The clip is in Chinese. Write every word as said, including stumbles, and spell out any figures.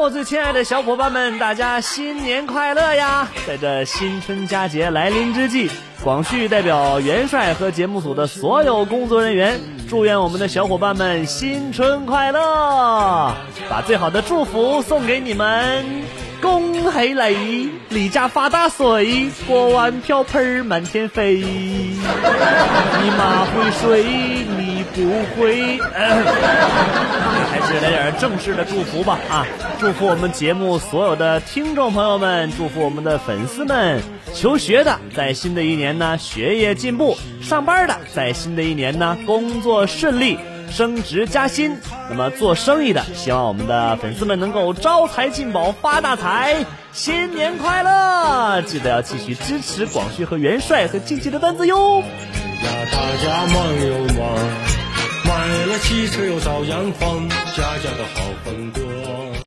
我最亲爱的小伙伴们，大家新年快乐呀！在这新春佳节来临之际，广旭代表元帅和节目组的所有工作人员，祝愿我们的小伙伴们新春快乐，把最好的祝福送给你们。恭喜你，你家发大水，锅碗瓢盆满天飞。你妈会水，你不会。呃、还是来点正式的祝福吧啊！祝福我们节目所有的听众朋友们，祝福我们的粉丝们。求学的在新的一年呢，学业进步；上班的在新的一年呢，工作顺利，升职加薪。那么做生意的，希望我们的粉丝们能够招财进宝，发大财，新年快乐！记得要继续支持广旭和元帅和经济的单子哟。 呀，大家忙又忙，买了汽车又照样放，家家的好风光。